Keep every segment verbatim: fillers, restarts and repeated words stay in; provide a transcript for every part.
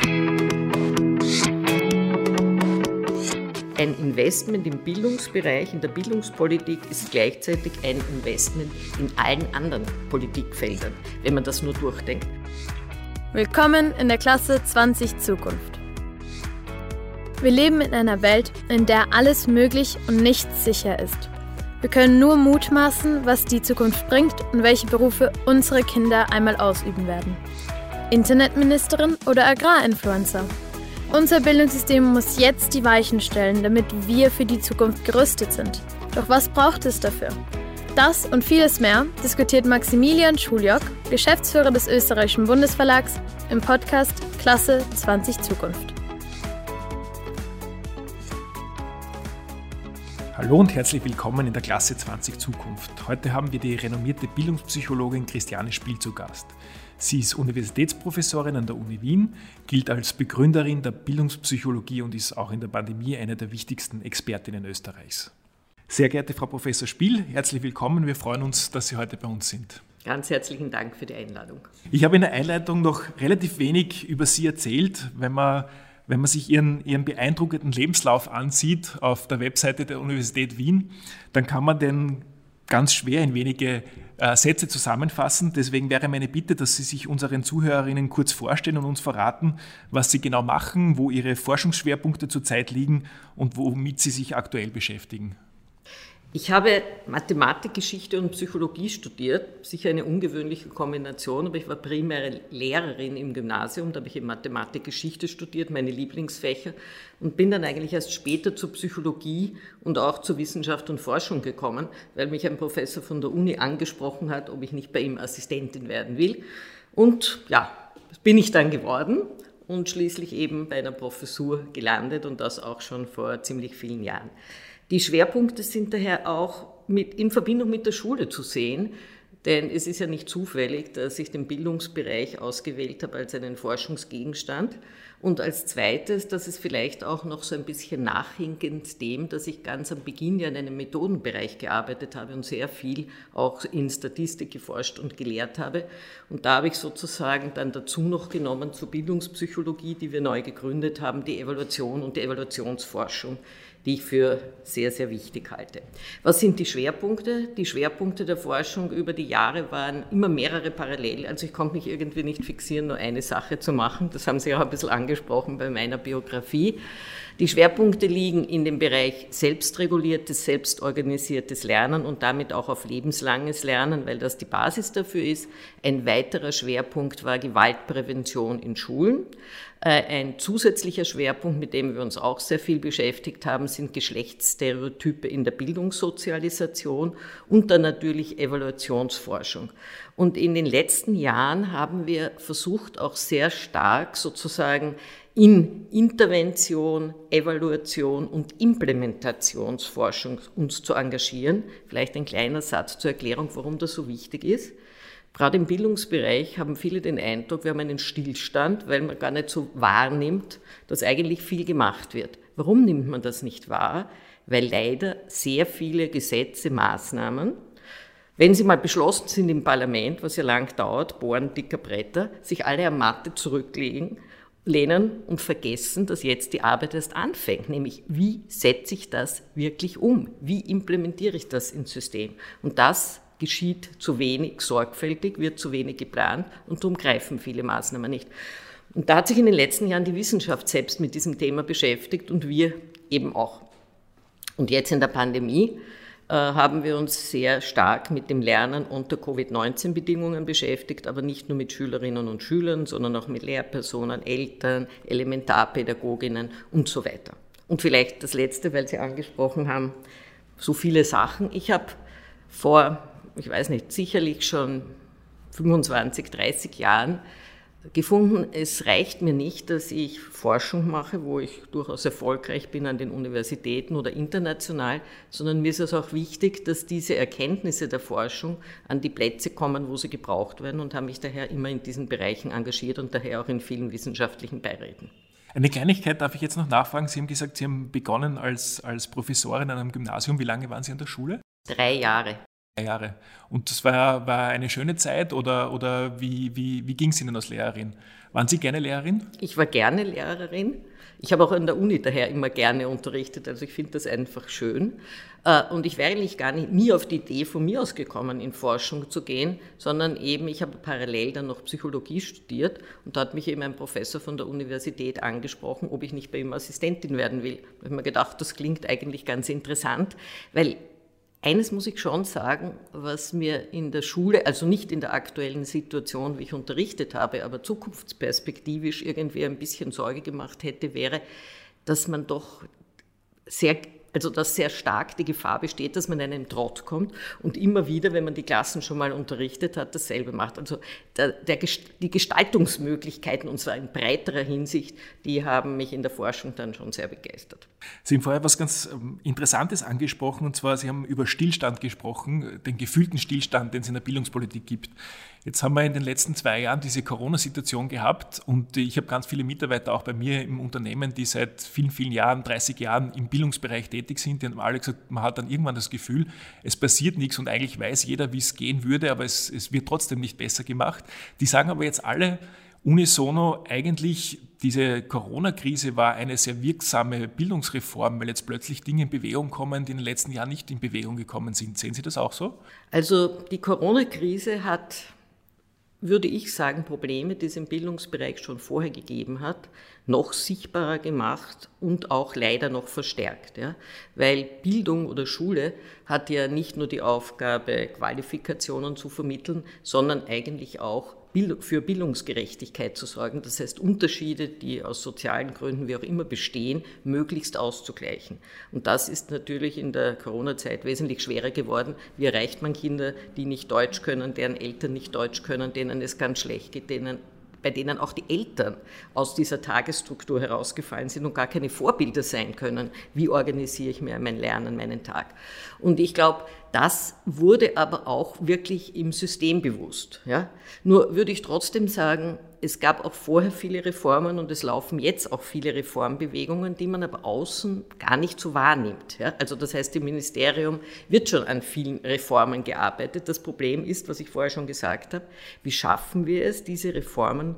Ein Investment im Bildungsbereich, in der Bildungspolitik ist gleichzeitig ein Investment in allen anderen Politikfeldern, wenn man das nur durchdenkt. Willkommen in der Klasse zwanzig Zukunft. Wir leben in einer Welt, in der alles möglich und nichts sicher ist. Wir können nur mutmaßen, was die Zukunft bringt und welche Berufe unsere Kinder einmal ausüben werden. Internetministerin oder Agrarinfluencer? Unser Bildungssystem muss jetzt die Weichen stellen, damit wir für die Zukunft gerüstet sind. Doch was braucht es dafür? Das und vieles mehr diskutiert Maximilian Schuljock, Geschäftsführer des Österreichischen Bundesverlags, im Podcast Klasse zwanzig Zukunft. Hallo und herzlich willkommen in der Klasse zwanzig Zukunft. Heute haben wir die renommierte Bildungspsychologin Christiane Spiel zu Gast. Sie ist Universitätsprofessorin an der Uni Wien, gilt als Begründerin der Bildungspsychologie und ist auch in der Pandemie eine der wichtigsten Expertinnen Österreichs. Sehr geehrte Frau Professor Spiel, herzlich willkommen. Wir freuen uns, dass Sie heute bei uns sind. Ganz herzlichen Dank für die Einladung. Ich habe in der Einleitung noch relativ wenig über Sie erzählt. Wenn man, wenn man sich Ihren, Ihren beeindruckenden Lebenslauf ansieht auf der Webseite der Universität Wien, dann kann man den ganz schwer in wenige äh, Sätze zusammenfassen. Deswegen wäre meine Bitte, dass Sie sich unseren Zuhörerinnen kurz vorstellen und uns verraten, was Sie genau machen, wo Ihre Forschungsschwerpunkte zurzeit liegen und womit Sie sich aktuell beschäftigen. Ich habe Mathematik, Geschichte und Psychologie studiert, sicher eine ungewöhnliche Kombination, aber ich war primäre Lehrerin im Gymnasium, da habe ich in Mathematik, Geschichte studiert, meine Lieblingsfächer, und bin dann eigentlich erst später zur Psychologie und auch zur Wissenschaft und Forschung gekommen, weil mich ein Professor von der Uni angesprochen hat, ob ich nicht bei ihm Assistentin werden will. Und ja, das bin ich dann geworden und schließlich eben bei einer Professur gelandet und das auch schon vor ziemlich vielen Jahren. Die Schwerpunkte sind daher auch mit, in Verbindung mit der Schule zu sehen, denn es ist ja nicht zufällig, dass ich den Bildungsbereich ausgewählt habe als einen Forschungsgegenstand und als zweites, dass es vielleicht auch noch so ein bisschen nachhinkend dem, dass ich ganz am Beginn ja in einem Methodenbereich gearbeitet habe und sehr viel auch in Statistik geforscht und gelehrt habe. Und da habe ich sozusagen dann dazu noch genommen zur Bildungspsychologie, die wir neu gegründet haben, die Evaluation und die Evaluationsforschung, die ich für sehr, sehr wichtig halte. Was sind die Schwerpunkte? Die Schwerpunkte der Forschung über die Jahre waren immer mehrere parallel. Also ich konnte mich irgendwie nicht fixieren, nur eine Sache zu machen. Das haben Sie auch ein bisschen angesprochen bei meiner Biografie. Die Schwerpunkte liegen in dem Bereich selbstreguliertes, selbstorganisiertes Lernen und damit auch auf lebenslanges Lernen, weil das die Basis dafür ist. Ein weiterer Schwerpunkt war Gewaltprävention in Schulen. Ein zusätzlicher Schwerpunkt, mit dem wir uns auch sehr viel beschäftigt haben, sind Geschlechtsstereotype in der Bildungssozialisation und dann natürlich Evaluationsforschung. Und in den letzten Jahren haben wir versucht, auch sehr stark sozusagen in Intervention, Evaluation und Implementationsforschung uns zu engagieren. Vielleicht ein kleiner Satz zur Erklärung, warum das so wichtig ist. Gerade im Bildungsbereich haben viele den Eindruck, wir haben einen Stillstand, weil man gar nicht so wahrnimmt, dass eigentlich viel gemacht wird. Warum nimmt man das nicht wahr? Weil leider sehr viele Gesetze, Maßnahmen, wenn sie mal beschlossen sind im Parlament, was ja lang dauert, bohren dicker Bretter, sich alle am Matte zurücklegen, lehnen und vergessen, dass jetzt die Arbeit erst anfängt, nämlich wie setze ich das wirklich um? Wie implementiere ich das ins System? Und das geschieht zu wenig sorgfältig, wird zu wenig geplant und darum greifen viele Maßnahmen nicht. Und da hat sich in den letzten Jahren die Wissenschaft selbst mit diesem Thema beschäftigt und wir eben auch. Und jetzt in der Pandemie äh, haben wir uns sehr stark mit dem Lernen unter Covid neunzehn Bedingungen beschäftigt, aber nicht nur mit Schülerinnen und Schülern, sondern auch mit Lehrpersonen, Eltern, Elementarpädagoginnen und so weiter. Und vielleicht das Letzte, weil Sie angesprochen haben, so viele Sachen. Ich habe vor ich weiß nicht, sicherlich schon fünfundzwanzig, dreißig Jahren gefunden, es reicht mir nicht, dass ich Forschung mache, wo ich durchaus erfolgreich bin an den Universitäten oder international, sondern mir ist es auch wichtig, dass diese Erkenntnisse der Forschung an die Plätze kommen, wo sie gebraucht werden und habe mich daher immer in diesen Bereichen engagiert und daher auch in vielen wissenschaftlichen Beiräten. Eine Kleinigkeit darf ich jetzt noch nachfragen. Sie haben gesagt, Sie haben begonnen als, als Professorin an einem Gymnasium. Wie lange waren Sie an der Schule? Drei Jahre. Jahre. Und das war, war eine schöne Zeit oder, oder wie, wie, wie ging es Ihnen als Lehrerin? Waren Sie gerne Lehrerin? Ich war gerne Lehrerin. Ich habe auch an der Uni daher immer gerne unterrichtet, also ich finde das einfach schön. Und ich wäre eigentlich gar nicht, nie auf die Idee von mir aus gekommen, in Forschung zu gehen, sondern eben, ich habe parallel dann noch Psychologie studiert und da hat mich eben ein Professor von der Universität angesprochen, ob ich nicht bei ihm Assistentin werden will. Da habe ich mir gedacht, das klingt eigentlich ganz interessant, weil eines muss ich schon sagen, was mir in der Schule, also nicht in der aktuellen Situation, wie ich unterrichtet habe, aber zukunftsperspektivisch irgendwie ein bisschen Sorge gemacht hätte, wäre, dass man doch sehr, also dass sehr stark die Gefahr besteht, dass man in einen Trott kommt und immer wieder, wenn man die Klassen schon mal unterrichtet hat, dasselbe macht. Also der, der, die Gestaltungsmöglichkeiten, und zwar in breiterer Hinsicht, die haben mich in der Forschung dann schon sehr begeistert. Sie haben vorher was ganz Interessantes angesprochen, und zwar, Sie haben über Stillstand gesprochen, den gefühlten Stillstand, den es in der Bildungspolitik gibt. Jetzt haben wir in den letzten zwei Jahren diese Corona-Situation gehabt und ich habe ganz viele Mitarbeiter auch bei mir im Unternehmen, die seit vielen, vielen Jahren, dreißig Jahren im Bildungsbereich tätig sind. Die haben alle gesagt, man hat dann irgendwann das Gefühl, es passiert nichts und eigentlich weiß jeder, wie es gehen würde, aber es, es wird trotzdem nicht besser gemacht. Die sagen aber jetzt alle unisono, eigentlich diese Corona-Krise war eine sehr wirksame Bildungsreform, weil jetzt plötzlich Dinge in Bewegung kommen, die in den letzten Jahren nicht in Bewegung gekommen sind. Sehen Sie das auch so? Also die Corona-Krise hat, würde ich sagen, Probleme, die es im Bildungsbereich schon vorher gegeben hat, noch sichtbarer gemacht und auch leider noch verstärkt. Ja? Weil Bildung oder Schule hat ja nicht nur die Aufgabe, Qualifikationen zu vermitteln, sondern eigentlich auch für Bildungsgerechtigkeit zu sorgen. Das heißt, Unterschiede, die aus sozialen Gründen wie auch immer bestehen, möglichst auszugleichen. Und das ist natürlich in der Corona-Zeit wesentlich schwerer geworden. Wie erreicht man Kinder, die nicht Deutsch können, deren Eltern nicht Deutsch können, denen es ganz schlecht geht, denen bei denen auch die Eltern aus dieser Tagesstruktur herausgefallen sind und gar keine Vorbilder sein können. Wie organisiere ich mir mein Lernen, meinen Tag? Und ich glaube, das wurde aber auch wirklich im System bewusst. Ja? Nur würde ich trotzdem sagen, es gab auch vorher viele Reformen und es laufen jetzt auch viele Reformbewegungen, die man aber außen gar nicht so wahrnimmt. Ja? Also das heißt, im Ministerium wird schon an vielen Reformen gearbeitet. Das Problem ist, was ich vorher schon gesagt habe, wie schaffen wir es, diese Reformen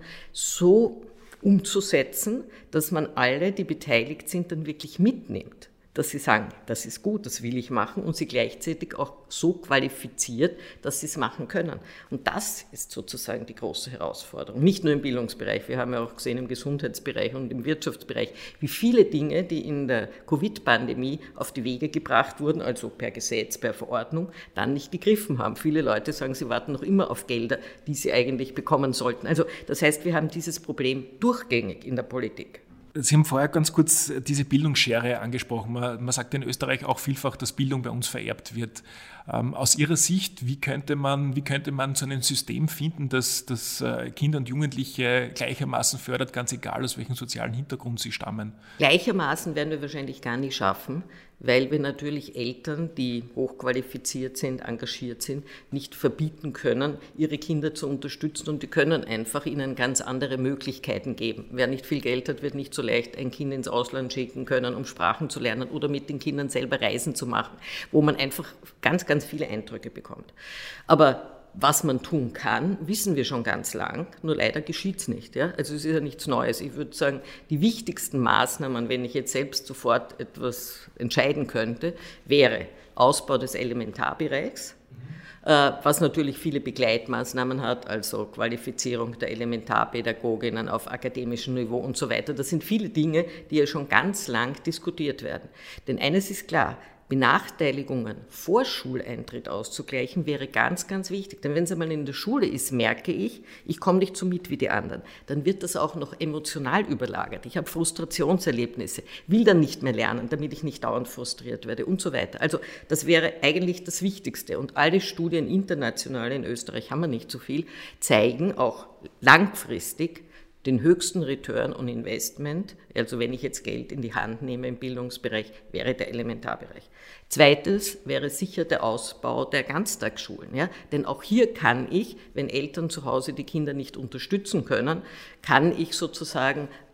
so umzusetzen, dass man alle, die beteiligt sind, dann wirklich mitnimmt. Dass sie sagen, das ist gut, das will ich machen und sie gleichzeitig auch so qualifiziert, dass sie es machen können. Und das ist sozusagen die große Herausforderung. Nicht nur im Bildungsbereich, wir haben ja auch gesehen im Gesundheitsbereich und im Wirtschaftsbereich, wie viele Dinge, die in der Covid-Pandemie auf die Wege gebracht wurden, also per Gesetz, per Verordnung, dann nicht gegriffen haben. Viele Leute sagen, sie warten noch immer auf Gelder, die sie eigentlich bekommen sollten. Also das heißt, wir haben dieses Problem durchgängig in der Politik. Sie haben vorher ganz kurz diese Bildungsschere angesprochen. Man, man sagt in Österreich auch vielfach, dass Bildung bei uns vererbt wird. Ähm, aus Ihrer Sicht, wie könnte man, wie könnte man so ein System finden, das, das Kinder und Jugendliche gleichermaßen fördert, ganz egal aus welchem sozialen Hintergrund sie stammen? Gleichermaßen werden wir wahrscheinlich gar nicht schaffen, weil wir natürlich Eltern, die hochqualifiziert sind, engagiert sind, nicht verbieten können, ihre Kinder zu unterstützen und die können einfach ihnen ganz andere Möglichkeiten geben. Wer nicht viel Geld hat, wird nicht so leicht ein Kind ins Ausland schicken können, um Sprachen zu lernen oder mit den Kindern selber Reisen zu machen, wo man einfach ganz, ganz viele Eindrücke bekommt. Aber was man tun kann, wissen wir schon ganz lang, nur leider geschieht es nicht. Ja? Also es ist ja nichts Neues. Ich würde sagen, die wichtigsten Maßnahmen, wenn ich jetzt selbst sofort etwas entscheiden könnte, wäre Ausbau des Elementarbereichs, mhm. äh, was natürlich viele Begleitmaßnahmen hat, also Qualifizierung der Elementarpädagoginnen auf akademischem Niveau und so weiter. Das sind viele Dinge, die ja schon ganz lang diskutiert werden. Denn eines ist klar, Benachteiligungen vor Schuleintritt auszugleichen, wäre ganz, ganz wichtig. Denn wenn es einmal in der Schule ist, merke ich, ich komme nicht so mit wie die anderen. Dann wird das auch noch emotional überlagert. Ich habe Frustrationserlebnisse, will dann nicht mehr lernen, damit ich nicht dauernd frustriert werde und so weiter. Also das wäre eigentlich das Wichtigste. Und alle Studien international, in Österreich haben wir nicht so viel, zeigen auch langfristig, den höchsten Return on Investment, also wenn ich jetzt Geld in die Hand nehme im Bildungsbereich, wäre der Elementarbereich. Zweites wäre sicher der Ausbau der Ganztagsschulen. Ja? Denn auch hier kann ich, wenn Eltern zu Hause die Kinder nicht unterstützen können, kann ich sozusagen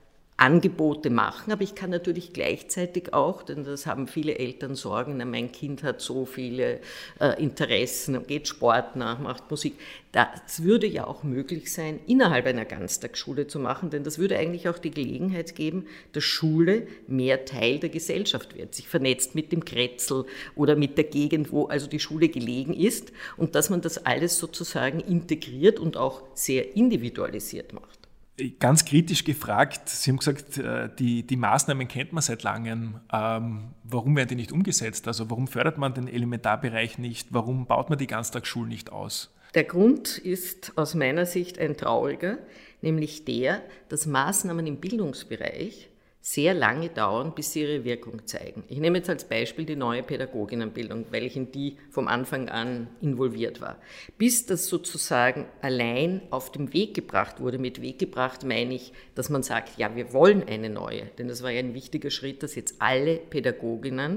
Angebote machen, aber ich kann natürlich gleichzeitig auch, denn das haben viele Eltern Sorgen, na, mein Kind hat so viele äh, Interessen, geht Sport nach, macht Musik. Das würde ja auch möglich sein, innerhalb einer Ganztagsschule zu machen, denn das würde eigentlich auch die Gelegenheit geben, dass Schule mehr Teil der Gesellschaft wird, sich vernetzt mit dem Kretzel oder mit der Gegend, wo also die Schule gelegen ist und dass man das alles sozusagen integriert und auch sehr individualisiert macht. Ganz kritisch gefragt, Sie haben gesagt, die, die Maßnahmen kennt man seit langem. Ähm, warum werden die nicht umgesetzt? Also warum fördert man den Elementarbereich nicht? Warum baut man die Ganztagsschulen nicht aus? Der Grund ist aus meiner Sicht ein trauriger, nämlich der, dass Maßnahmen im Bildungsbereich sehr lange dauern, bis sie ihre Wirkung zeigen. Ich nehme jetzt als Beispiel die neue Pädagoginnenbildung, weil ich in die vom Anfang an involviert war. Bis das sozusagen allein auf den Weg gebracht wurde, mit Weg gebracht meine ich, dass man sagt, ja, wir wollen eine neue, denn das war ja ein wichtiger Schritt, dass jetzt alle Pädagoginnen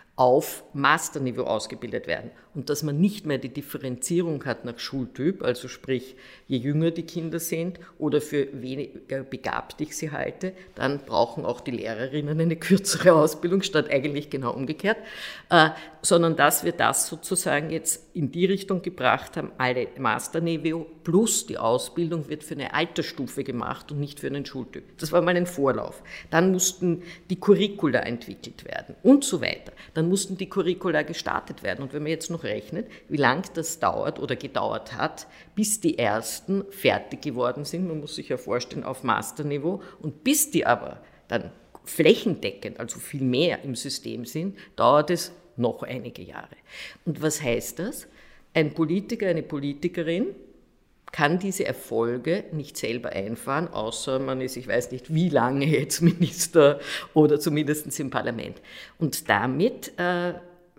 auf Masterniveau ausgebildet werden und dass man nicht mehr die Differenzierung hat nach Schultyp, also sprich, je jünger die Kinder sind oder für weniger begabt ich sie halte, dann brauchen auch die Lehrerinnen eine kürzere Ausbildung, statt eigentlich genau umgekehrt, äh, sondern dass wir das sozusagen jetzt in die Richtung gebracht haben, alle Masterniveau plus die Ausbildung wird für eine Altersstufe gemacht und nicht für einen Schultyp. Das war mal ein Vorlauf. Dann mussten die Curricula entwickelt werden und so weiter. Dann mussten die Curricula gestartet werden. Und wenn man jetzt noch rechnet, wie lang das dauert oder gedauert hat, bis die ersten fertig geworden sind, man muss sich ja vorstellen, auf Masterniveau, und bis die aber dann flächendeckend, also viel mehr im System sind, dauert es noch einige Jahre. Und was heißt das? Ein Politiker, eine Politikerin kann diese Erfolge nicht selber einfahren, außer man ist, ich weiß nicht wie lange jetzt Minister oder zumindest im Parlament. Und damit, äh,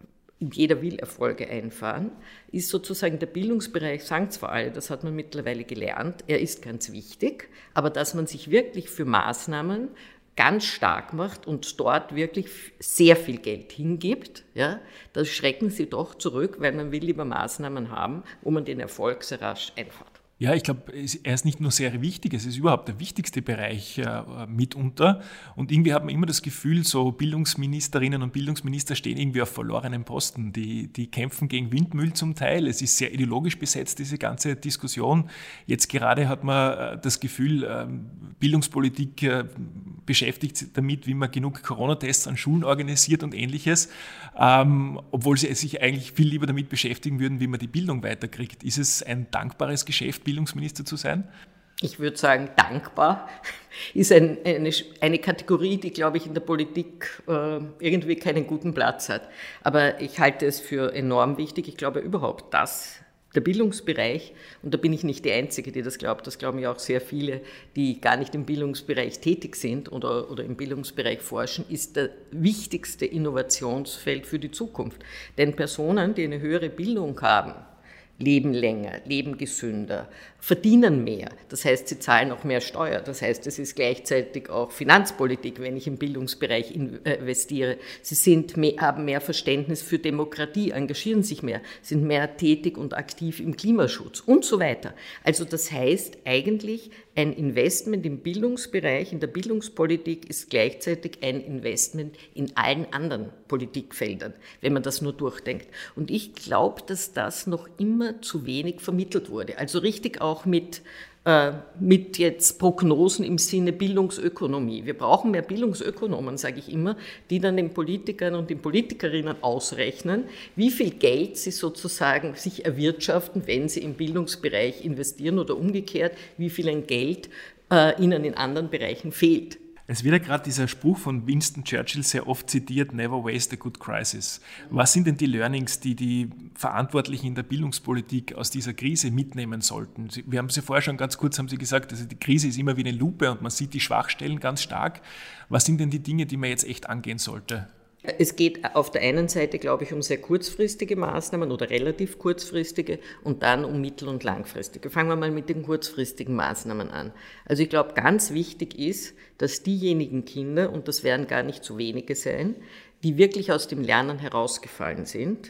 jeder will Erfolge einfahren, ist sozusagen der Bildungsbereich, sagen zwar alle, das hat man mittlerweile gelernt, er ist ganz wichtig, aber dass man sich wirklich für Maßnahmen ganz stark macht und dort wirklich sehr viel Geld hingibt, ja, da schrecken sie doch zurück, weil man will lieber Maßnahmen haben, wo man den Erfolg sehr rasch einfahrt. Ja, ich glaube, er ist nicht nur sehr wichtig, es ist überhaupt der wichtigste Bereich äh, mitunter. Und irgendwie hat man immer das Gefühl, so Bildungsministerinnen und Bildungsminister stehen irgendwie auf verlorenen Posten. Die, die kämpfen gegen Windmühlen zum Teil. Es ist sehr ideologisch besetzt, diese ganze Diskussion. Jetzt gerade hat man äh, das Gefühl, äh, Bildungspolitik äh, beschäftigt sich damit, wie man genug Corona-Tests an Schulen organisiert und Ähnliches, ähm, obwohl sie sich eigentlich viel lieber damit beschäftigen würden, wie man die Bildung weiterkriegt. Ist es ein dankbares Geschäft, Bildungsminister zu sein? Ich würde sagen, dankbar ist ein, eine, eine Kategorie, die, glaube ich, in der Politik äh, irgendwie keinen guten Platz hat. Aber ich halte es für enorm wichtig. Ich glaube überhaupt, dass der Bildungsbereich, und da bin ich nicht die Einzige, die das glaubt, das glauben ja auch sehr viele, die gar nicht im Bildungsbereich tätig sind oder, oder im Bildungsbereich forschen, ist der wichtigste Innovationsfeld für die Zukunft. Denn Personen, die eine höhere Bildung haben, leben länger, leben gesünder, verdienen mehr. Das heißt, sie zahlen auch mehr Steuer. Das heißt, es ist gleichzeitig auch Finanzpolitik, wenn ich im Bildungsbereich investiere. Sie sind mehr, haben mehr Verständnis für Demokratie, engagieren sich mehr, sind mehr tätig und aktiv im Klimaschutz und so weiter. Also das heißt eigentlich, ein Investment im Bildungsbereich, in der Bildungspolitik ist gleichzeitig ein Investment in allen anderen Politikfeldern, wenn man das nur durchdenkt. Und ich glaube, dass das noch immer zu wenig vermittelt wurde. Also richtig auch mit, äh, mit jetzt Prognosen im Sinne Bildungsökonomie. Wir brauchen mehr Bildungsökonomen, sage ich immer, die dann den Politikern und den Politikerinnen ausrechnen, wie viel Geld sie sozusagen sich erwirtschaften, wenn sie im Bildungsbereich investieren oder umgekehrt, wie viel ein Geld äh, ihnen in anderen Bereichen fehlt. Es wird ja gerade dieser Spruch von Winston Churchill sehr oft zitiert, never waste a good crisis. Was sind denn die Learnings, die die Verantwortlichen in der Bildungspolitik aus dieser Krise mitnehmen sollten? Wir haben Sie vorher schon ganz kurz haben Sie gesagt, also die Krise ist immer wie eine Lupe und man sieht die Schwachstellen ganz stark. Was sind denn die Dinge, die man jetzt echt angehen sollte? Es geht auf der einen Seite, glaube ich, um sehr kurzfristige Maßnahmen oder relativ kurzfristige und dann um mittel- und langfristige. Fangen wir mal mit den kurzfristigen Maßnahmen an. Also ich glaube, ganz wichtig ist, dass diejenigen Kinder, und das werden gar nicht so wenige sein, die wirklich aus dem Lernen herausgefallen sind,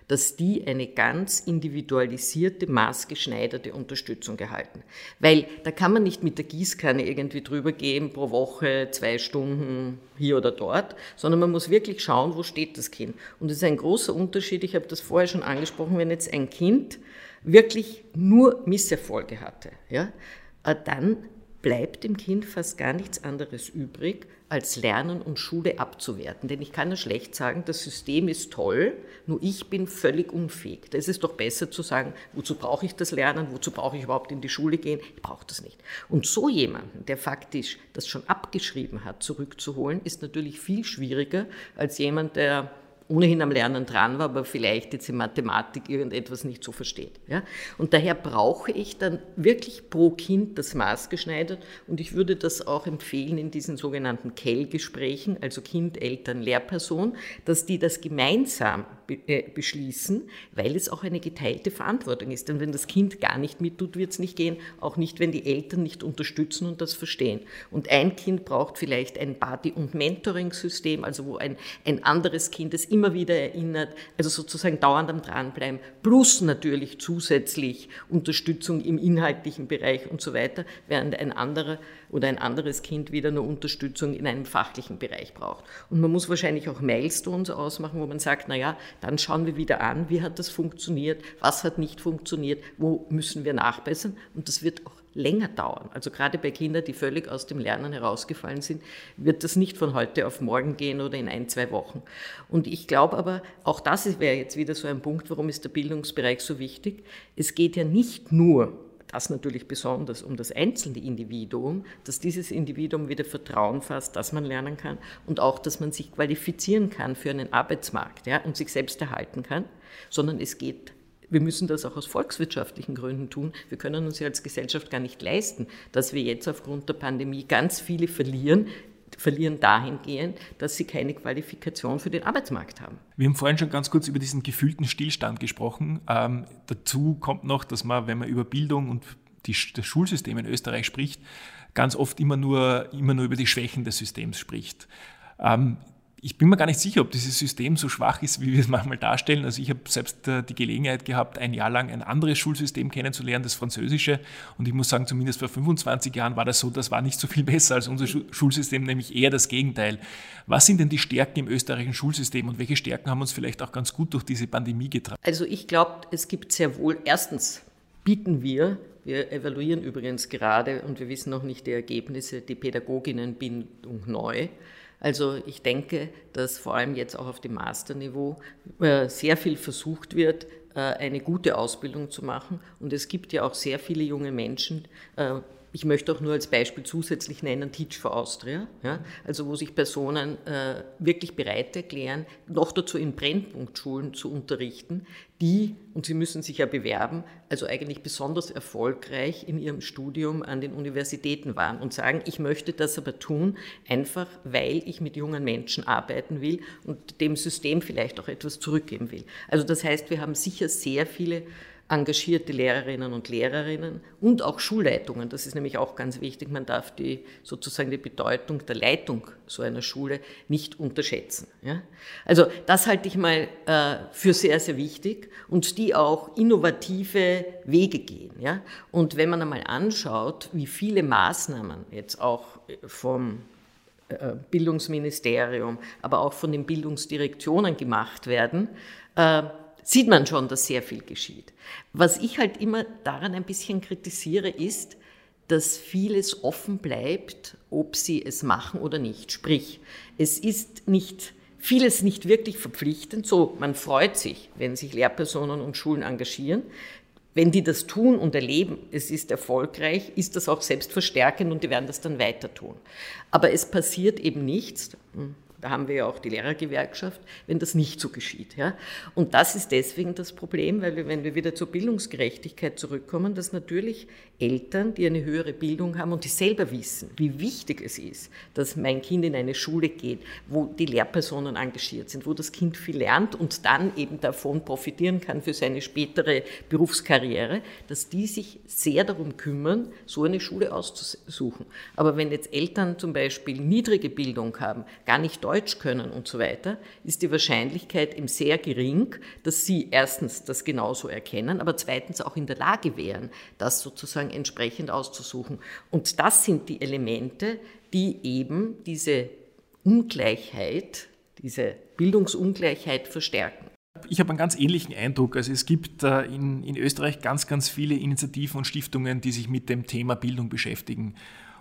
dass die eine ganz individualisierte, maßgeschneiderte Unterstützung erhalten. Weil da kann man nicht mit der Gießkanne irgendwie drüber gehen, pro Woche zwei Stunden hier oder dort, sondern man muss wirklich schauen, wo steht das Kind. Und es ist ein großer Unterschied, ich habe das vorher schon angesprochen, wenn jetzt ein Kind wirklich nur Misserfolge hatte, ja, dann bleibt dem Kind fast gar nichts anderes übrig, als Lernen und Schule abzuwerten. Denn ich kann ja schlecht sagen, das System ist toll, nur ich bin völlig unfähig. Da ist es doch besser zu sagen, wozu brauche ich das Lernen, wozu brauche ich überhaupt in die Schule gehen? Ich brauche das nicht. Und so jemanden, der faktisch das schon abgeschrieben hat, zurückzuholen, ist natürlich viel schwieriger als jemand, der ohnehin am Lernen dran war, aber vielleicht jetzt in Mathematik irgendetwas nicht so versteht. Ja? Und daher brauche ich dann wirklich pro Kind das maßgeschneidert und ich würde das auch empfehlen in diesen sogenannten K E L-Gesprächen, also Kind, Eltern, Lehrperson, dass die das gemeinsam be- äh, beschließen, weil es auch eine geteilte Verantwortung ist. Denn wenn das Kind gar nicht mittut, wird es nicht gehen, auch nicht, wenn die Eltern nicht unterstützen und das verstehen. Und ein Kind braucht vielleicht ein Buddy- und Mentoring-System, also wo ein, ein anderes Kind es immer wieder erinnert, also sozusagen dauernd am Dranbleiben, plus natürlich zusätzlich Unterstützung im inhaltlichen Bereich und so weiter, während ein anderer oder ein anderes Kind wieder nur Unterstützung in einem fachlichen Bereich braucht. Und man muss wahrscheinlich auch Milestones ausmachen, wo man sagt, naja, dann schauen wir wieder an, wie hat das funktioniert, was hat nicht funktioniert, wo müssen wir nachbessern und das wird auch länger dauern. Also gerade bei Kindern, die völlig aus dem Lernen herausgefallen sind, wird das nicht von heute auf morgen gehen oder in ein, zwei Wochen. Und ich glaube aber, auch das wäre jetzt wieder so ein Punkt, warum ist der Bildungsbereich so wichtig. Es geht ja nicht nur, das natürlich besonders, um das einzelne Individuum, dass dieses Individuum wieder Vertrauen fasst, dass man lernen kann und auch, dass man sich qualifizieren kann für einen Arbeitsmarkt, ja, und sich selbst erhalten kann, sondern es geht. Wir müssen das auch aus volkswirtschaftlichen Gründen tun. Wir können uns ja als Gesellschaft gar nicht leisten, dass wir jetzt aufgrund der Pandemie ganz viele verlieren, verlieren dahingehend, dass sie keine Qualifikation für den Arbeitsmarkt haben. Wir haben vorhin schon ganz kurz über diesen gefühlten Stillstand gesprochen. Ähm, dazu kommt noch, dass man, wenn man über Bildung und die, das Schulsystem in Österreich spricht, ganz oft immer nur, immer nur über die Schwächen des Systems spricht. Ähm, Ich bin mir gar nicht sicher, ob dieses System so schwach ist, wie wir es manchmal darstellen. Also ich habe selbst die Gelegenheit gehabt, ein Jahr lang ein anderes Schulsystem kennenzulernen, das französische. Und ich muss sagen, zumindest vor fünfundzwanzig Jahren war das so, das war nicht so viel besser als unser Schulsystem, nämlich eher das Gegenteil. Was sind denn die Stärken im österreichischen Schulsystem und welche Stärken haben uns vielleicht auch ganz gut durch diese Pandemie getragen? Also ich glaube, es gibt sehr wohl, erstens bieten wir, wir evaluieren übrigens gerade und wir wissen noch nicht die Ergebnisse, die Pädagoginnenbildung neu. Also ich denke, dass vor allem jetzt auch auf dem Masterniveau sehr viel versucht wird, eine gute Ausbildung zu machen. Und es gibt ja auch sehr viele junge Menschen, ich möchte auch nur als Beispiel zusätzlich nennen, Teach for Austria, ja, also wo sich Personen äh, wirklich bereit erklären, noch dazu in Brennpunktschulen zu unterrichten, die, und sie müssen sich ja bewerben, also eigentlich besonders erfolgreich in ihrem Studium an den Universitäten waren und sagen, ich möchte das aber tun, einfach weil ich mit jungen Menschen arbeiten will und dem System vielleicht auch etwas zurückgeben will. Also das heißt, wir haben sicher sehr viele engagierte Lehrerinnen und Lehrerinnen und auch Schulleitungen. Das ist nämlich auch ganz wichtig. Man darf die, sozusagen die Bedeutung der Leitung so einer Schule nicht unterschätzen. Ja? Also das halte ich mal äh, für sehr, sehr wichtig und die auch innovative Wege gehen. Ja? Und wenn man einmal anschaut, wie viele Maßnahmen jetzt auch vom äh, Bildungsministerium, aber auch von den Bildungsdirektionen gemacht werden, äh, sieht man schon, dass sehr viel geschieht. Was ich halt immer daran ein bisschen kritisiere, ist, dass vieles offen bleibt, ob sie es machen oder nicht. Sprich, es ist nicht, vieles nicht wirklich verpflichtend. So, man freut sich, wenn sich Lehrpersonen und Schulen engagieren. Wenn die das tun und erleben, es ist erfolgreich, ist das auch selbstverstärkend und die werden das dann weiter tun. Aber es passiert eben nichts. Da haben wir ja auch die Lehrergewerkschaft, wenn das nicht so geschieht. Ja? Und das ist deswegen das Problem, weil wir, wenn wir wieder zur Bildungsgerechtigkeit zurückkommen, dass natürlich Eltern, die eine höhere Bildung haben und die selber wissen, wie wichtig es ist, dass mein Kind in eine Schule geht, wo die Lehrpersonen engagiert sind, wo das Kind viel lernt und dann eben davon profitieren kann für seine spätere Berufskarriere, dass die sich sehr darum kümmern, so eine Schule auszusuchen. Aber wenn jetzt Eltern zum Beispiel niedrige Bildung haben, gar nicht Deutsch können und so weiter, ist die Wahrscheinlichkeit eben sehr gering, dass sie erstens das genauso erkennen, aber zweitens auch in der Lage wären, das sozusagen entsprechend auszusuchen. Und das sind die Elemente, die eben diese Ungleichheit, diese Bildungsungleichheit verstärken. Ich habe einen ganz ähnlichen Eindruck. Also es gibt äh, in, in Österreich ganz, ganz viele Initiativen und Stiftungen, die sich mit dem Thema Bildung beschäftigen.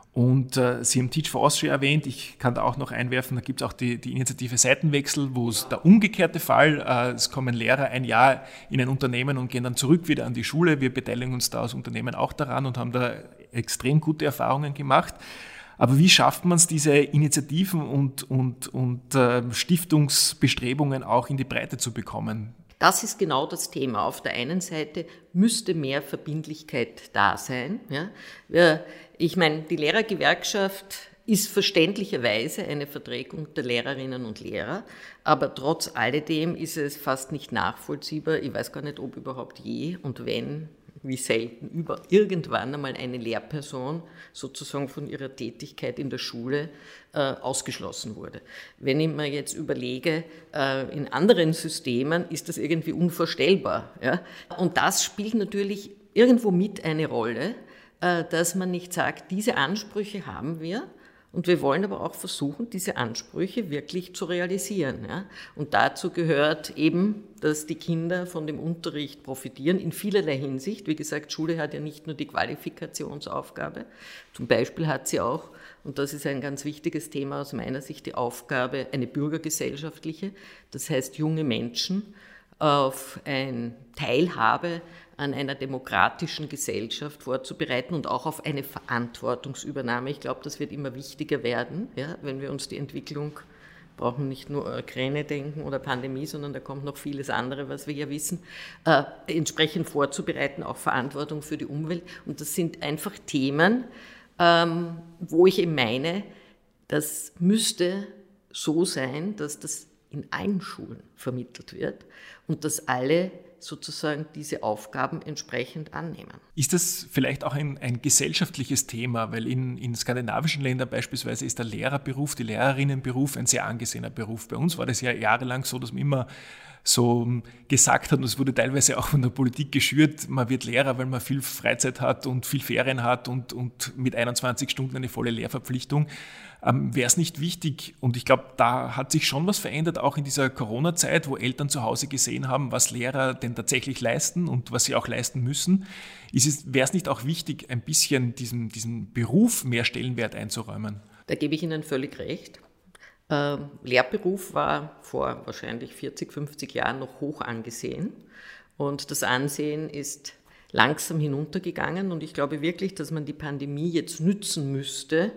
Und äh, Sie haben Teach for Austria erwähnt, ich kann da auch noch einwerfen, da gibt es auch die, die Initiative Seitenwechsel, wo es der umgekehrte Fall, äh, es kommen Lehrer ein Jahr in ein Unternehmen und gehen dann zurück wieder an die Schule. Wir beteiligen uns da als Unternehmen auch daran und haben da extrem gute Erfahrungen gemacht. Aber wie schafft man es, diese Initiativen und, und, und äh, Stiftungsbestrebungen auch in die Breite zu bekommen? Das ist genau das Thema. Auf der einen Seite müsste mehr Verbindlichkeit da sein. Ja. Ich meine, die Lehrergewerkschaft ist verständlicherweise eine Vertretung der Lehrerinnen und Lehrer, aber trotz alledem ist es fast nicht nachvollziehbar. Ich weiß gar nicht, ob überhaupt je und wenn, wie selten, über irgendwann einmal eine Lehrperson sozusagen von ihrer Tätigkeit in der Schule äh, ausgeschlossen wurde. Wenn ich mir jetzt überlege, äh, in anderen Systemen ist das irgendwie unvorstellbar. Ja? Und das spielt natürlich irgendwo mit eine Rolle, äh, dass man nicht sagt, diese Ansprüche haben wir, und wir wollen aber auch versuchen, diese Ansprüche wirklich zu realisieren. Ja? Und dazu gehört eben, dass die Kinder von dem Unterricht profitieren, in vielerlei Hinsicht. Wie gesagt, Schule hat ja nicht nur die Qualifikationsaufgabe, zum Beispiel hat sie auch, und das ist ein ganz wichtiges Thema aus meiner Sicht, die Aufgabe, eine bürgergesellschaftliche, das heißt junge Menschen auf eine Teilhabe an einer demokratischen Gesellschaft vorzubereiten und auch auf eine Verantwortungsübernahme. Ich glaube, das wird immer wichtiger werden, ja, wenn wir uns die Entwicklung, brauchen nicht nur Ukraine denken oder Pandemie, sondern da kommt noch vieles andere, was wir ja wissen, äh, entsprechend vorzubereiten, auch Verantwortung für die Umwelt. Und das sind einfach Themen, ähm, wo ich eben meine, das müsste so sein, dass das in allen Schulen vermittelt wird und dass alle sozusagen diese Aufgaben entsprechend annehmen. Ist das vielleicht auch ein, ein gesellschaftliches Thema? Weil in, in skandinavischen Ländern beispielsweise ist der Lehrerberuf, der Lehrerinnenberuf ein sehr angesehener Beruf. Bei uns war das ja jahrelang so, dass man immer so gesagt hat, und es wurde teilweise auch von der Politik geschürt, man wird Lehrer, weil man viel Freizeit hat und viel Ferien hat und, und mit einundzwanzig Stunden eine volle Lehrverpflichtung. Ähm, wäre es nicht wichtig, und ich glaube, da hat sich schon was verändert, auch in dieser Corona-Zeit, wo Eltern zu Hause gesehen haben, was Lehrer denn tatsächlich leisten und was sie auch leisten müssen. Wäre es nicht auch wichtig, ein bisschen diesem, diesem Beruf mehr Stellenwert einzuräumen? Da gebe ich Ihnen völlig recht. Ähm, Lehrberuf war vor wahrscheinlich vierzig, fünfzig Jahren noch hoch angesehen und das Ansehen ist langsam hinuntergegangen und ich glaube wirklich, dass man die Pandemie jetzt nützen müsste,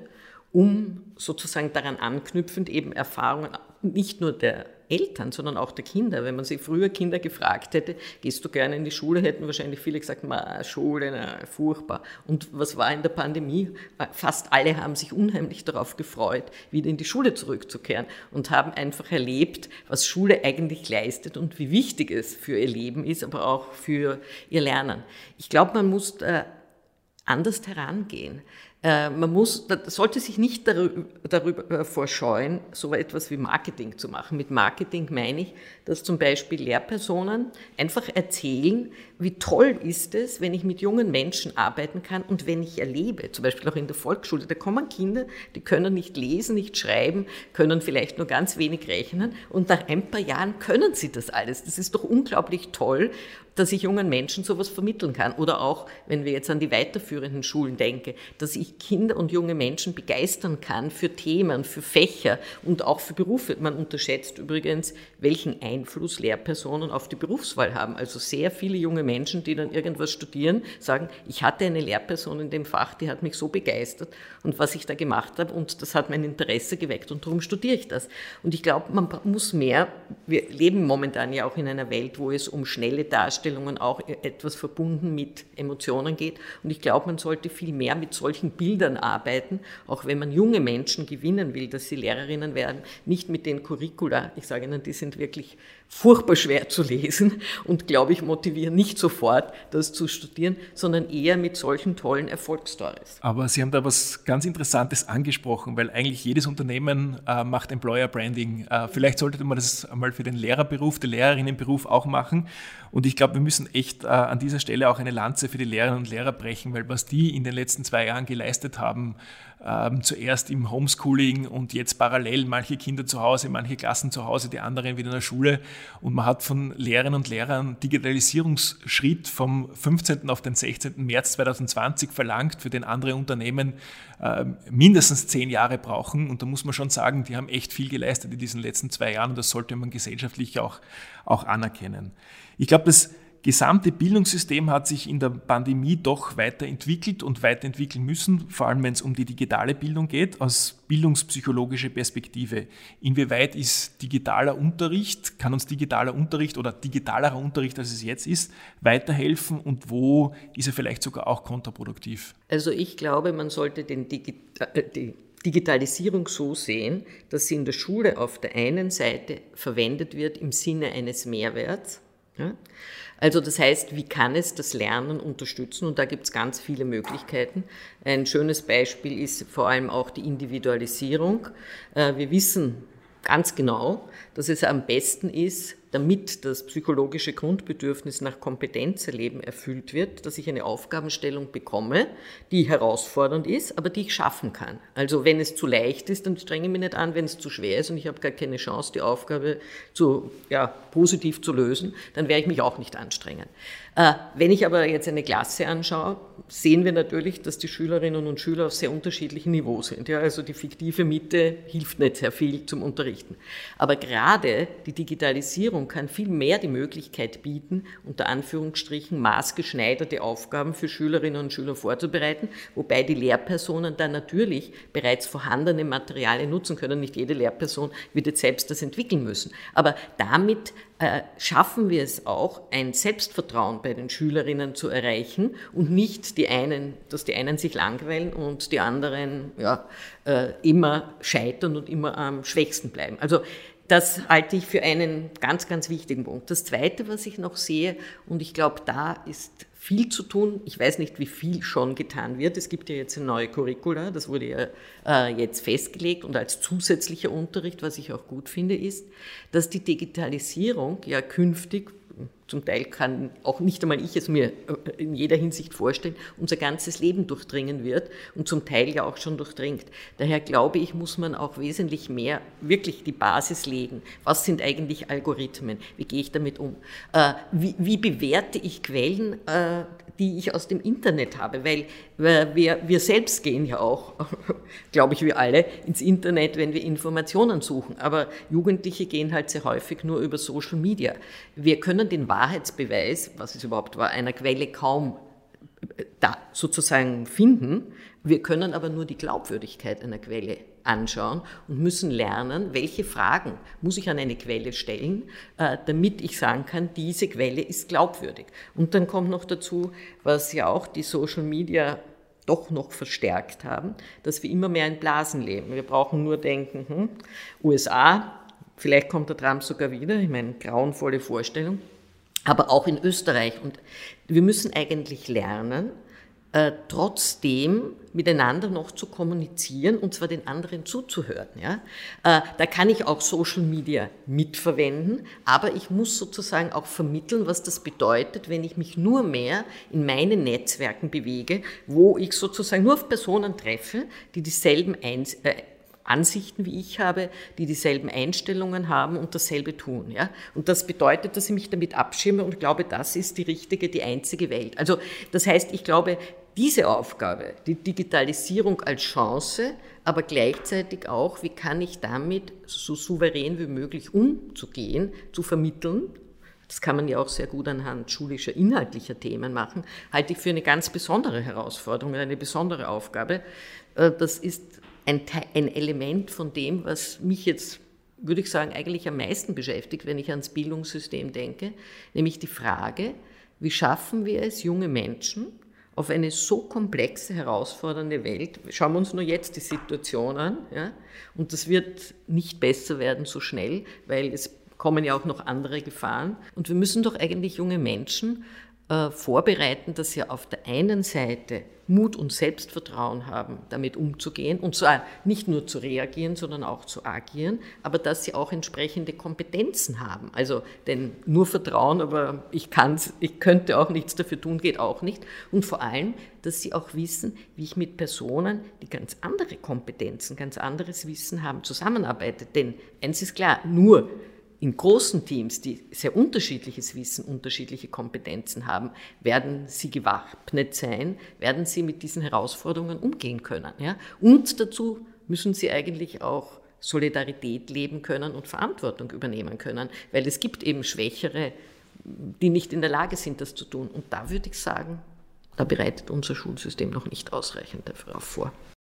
um sozusagen daran anknüpfend eben Erfahrungen nicht nur der Eltern, sondern auch der Kinder. Wenn man sich früher Kinder gefragt hätte, gehst du gerne in die Schule, hätten wahrscheinlich viele gesagt, ma, Schule, na, furchtbar. Und was war in der Pandemie? Fast alle haben sich unheimlich darauf gefreut, wieder in die Schule zurückzukehren und haben einfach erlebt, was Schule eigentlich leistet und wie wichtig es für ihr Leben ist, aber auch für ihr Lernen. Ich glaube, man muss da anders herangehen. Man muss, sollte sich nicht darüber, darüber vorscheuen, so etwas wie Marketing zu machen. Mit Marketing meine ich, dass zum Beispiel Lehrpersonen einfach erzählen, wie toll ist es, wenn ich mit jungen Menschen arbeiten kann und wenn ich erlebe, zum Beispiel auch in der Volksschule, da kommen Kinder, die können nicht lesen, nicht schreiben, können vielleicht nur ganz wenig rechnen und nach ein paar Jahren können sie das alles. Das ist doch unglaublich toll, dass ich jungen Menschen sowas vermitteln kann. Oder auch, wenn wir jetzt an die weiterführenden Schulen denken, dass ich Kinder und junge Menschen begeistern kann für Themen, für Fächer und auch für Berufe. Man unterschätzt übrigens, welchen Einfluss Lehrpersonen auf die Berufswahl haben. Also sehr viele junge Menschen, die dann irgendwas studieren, sagen, ich hatte eine Lehrperson in dem Fach, die hat mich so begeistert und was ich da gemacht habe und das hat mein Interesse geweckt und darum studiere ich das. Und ich glaube, man muss mehr, wir leben momentan ja auch in einer Welt, wo es um schnelle Darstellungen auch etwas verbunden mit Emotionen geht und ich glaube, man sollte viel mehr mit solchen Bildern arbeiten, auch wenn man junge Menschen gewinnen will, dass sie Lehrerinnen werden, nicht mit den Curricula, ich sage Ihnen, die sind wirklich furchtbar schwer zu lesen und, glaube ich, motivieren nicht sofort, das zu studieren, sondern eher mit solchen tollen Erfolgsstories. Aber Sie haben da was ganz Interessantes angesprochen, weil eigentlich jedes Unternehmen äh, macht Employer Branding. Äh, vielleicht sollte man das einmal für den Lehrerberuf, den Lehrerinnenberuf auch machen. Und ich glaube, wir müssen echt äh, an dieser Stelle auch eine Lanze für die Lehrerinnen und Lehrer brechen, weil was die in den letzten zwei Jahren geleistet haben, ähm, zuerst im Homeschooling und jetzt parallel manche Kinder zu Hause, manche Klassen zu Hause, die anderen wieder in der Schule. Und man hat von Lehrerinnen und Lehrern Digitalisierungsschritt vom fünfzehnten auf den sechzehnten März zweitausendzwanzig verlangt, für den andere Unternehmen äh, mindestens zehn Jahre brauchen. Und da muss man schon sagen, die haben echt viel geleistet in diesen letzten zwei Jahren und das sollte man gesellschaftlich auch, auch anerkennen. Ich glaube, das gesamte Bildungssystem hat sich in der Pandemie doch weiterentwickelt und weiterentwickeln müssen, vor allem wenn es um die digitale Bildung geht, aus bildungspsychologischer Perspektive. Inwieweit ist digitaler Unterricht, kann uns digitaler Unterricht oder digitalerer Unterricht, als es jetzt ist, weiterhelfen und wo ist er vielleicht sogar auch kontraproduktiv? Also ich glaube, man sollte den Digita- äh, die Digitalisierung so sehen, dass sie in der Schule auf der einen Seite verwendet wird im Sinne eines Mehrwerts. Ja? Also das heißt, wie kann es das Lernen unterstützen? Und da gibt es ganz viele Möglichkeiten. Ein schönes Beispiel ist vor allem auch die Individualisierung. Wir wissen ganz genau, dass es am besten ist, damit das psychologische Grundbedürfnis nach Kompetenzerleben erfüllt wird, dass ich eine Aufgabenstellung bekomme, die herausfordernd ist, aber die ich schaffen kann. Also wenn es zu leicht ist, dann strenge ich mich nicht an. Wenn es zu schwer ist und ich habe gar keine Chance, die Aufgabe zu, ja, positiv zu lösen, dann werde ich mich auch nicht anstrengen. Äh, wenn ich aber jetzt eine Klasse anschaue, sehen wir natürlich, dass die Schülerinnen und Schüler auf sehr unterschiedlichen Niveaus sind. Ja, also die fiktive Mitte hilft nicht sehr viel zum Unterrichten. Aber gerade die Digitalisierung kann viel mehr die Möglichkeit bieten, unter Anführungsstrichen maßgeschneiderte Aufgaben für Schülerinnen und Schüler vorzubereiten, wobei die Lehrpersonen dann natürlich bereits vorhandene Materialien nutzen können. Nicht jede Lehrperson wird jetzt selbst das entwickeln müssen. Aber damit äh, schaffen wir es auch, ein Selbstvertrauen bei den Schülerinnen zu erreichen und nicht die einen, dass die einen sich langweilen und die anderen ja, äh, immer scheitern und immer am schwächsten bleiben. Also das halte ich für einen ganz, ganz wichtigen Punkt. Das Zweite, was ich noch sehe, und ich glaube, da ist viel zu tun. Ich weiß nicht, wie viel schon getan wird. Es gibt ja jetzt eine neue Curricula, das wurde ja äh, jetzt festgelegt und als zusätzlicher Unterricht, was ich auch gut finde, ist, dass die Digitalisierung ja künftig, zum Teil kann auch nicht einmal ich es mir in jeder Hinsicht vorstellen, unser ganzes Leben durchdringen wird und zum Teil ja auch schon durchdringt. Daher glaube ich, muss man auch wesentlich mehr wirklich die Basis legen. Was sind eigentlich Algorithmen? Wie gehe ich damit um? Äh, wie, wie bewerte ich Quellen, äh, die ich aus dem Internet habe? Weil wir, wir selbst gehen ja auch, glaube ich, wir alle ins Internet, wenn wir Informationen suchen. Aber Jugendliche gehen halt sehr häufig nur über Social Media. Wir können den Wahrheitsbeweis, was es überhaupt war, einer Quelle kaum da sozusagen finden. Wir können aber nur die Glaubwürdigkeit einer Quelle anschauen und müssen lernen, welche Fragen muss ich an eine Quelle stellen, damit ich sagen kann, diese Quelle ist glaubwürdig. Und dann kommt noch dazu, was ja auch die Social Media doch noch verstärkt haben, dass wir immer mehr in Blasen leben. Wir brauchen nur denken, hm, U S A, vielleicht kommt der Trump sogar wieder, ich meine, grauenvolle Vorstellung, aber auch in Österreich. Und wir müssen eigentlich lernen, äh, trotzdem miteinander noch zu kommunizieren und zwar den anderen zuzuhören. Ja? Äh, da kann ich auch Social Media mitverwenden, aber ich muss sozusagen auch vermitteln, was das bedeutet, wenn ich mich nur mehr in meinen Netzwerken bewege, wo ich sozusagen nur auf Personen treffe, die dieselben Eins äh, Ansichten wie ich habe, die dieselben Einstellungen haben und dasselbe tun. Ja? Und das bedeutet, dass ich mich damit abschirme und glaube, das ist die richtige, die einzige Welt. Also das heißt, ich glaube, diese Aufgabe, die Digitalisierung als Chance, aber gleichzeitig auch, wie kann ich damit so souverän wie möglich umzugehen, zu vermitteln, das kann man ja auch sehr gut anhand schulischer, inhaltlicher Themen machen, halte ich für eine ganz besondere Herausforderung, eine besondere Aufgabe. Das ist ein, ein Element von dem, was mich jetzt, würde ich sagen, eigentlich am meisten beschäftigt, wenn ich ans Bildungssystem denke, nämlich die Frage, wie schaffen wir es, junge Menschen auf eine so komplexe, herausfordernde Welt. Schauen wir uns nur jetzt die Situation an. Ja? Und das wird nicht besser werden so schnell, weil es kommen ja auch noch andere Gefahren. Und wir müssen doch eigentlich junge Menschen äh, vorbereiten, dass sie auf der einen Seite Mut und Selbstvertrauen haben, damit umzugehen und zwar nicht nur zu reagieren, sondern auch zu agieren, aber dass sie auch entsprechende Kompetenzen haben. Also, denn nur Vertrauen, aber ich kann's, ich könnte auch nichts dafür tun, geht auch nicht. Und vor allem, dass sie auch wissen, wie ich mit Personen, die ganz andere Kompetenzen, ganz anderes Wissen haben, zusammenarbeite. Denn eins ist klar, nur in großen Teams, die sehr unterschiedliches Wissen, unterschiedliche Kompetenzen haben, werden sie gewappnet sein, werden sie mit diesen Herausforderungen umgehen können. Ja? Und dazu müssen sie eigentlich auch Solidarität leben können und Verantwortung übernehmen können, weil es gibt eben Schwächere, die nicht in der Lage sind, das zu tun. Und da würde ich sagen, da bereitet unser Schulsystem noch nicht ausreichend darauf vor.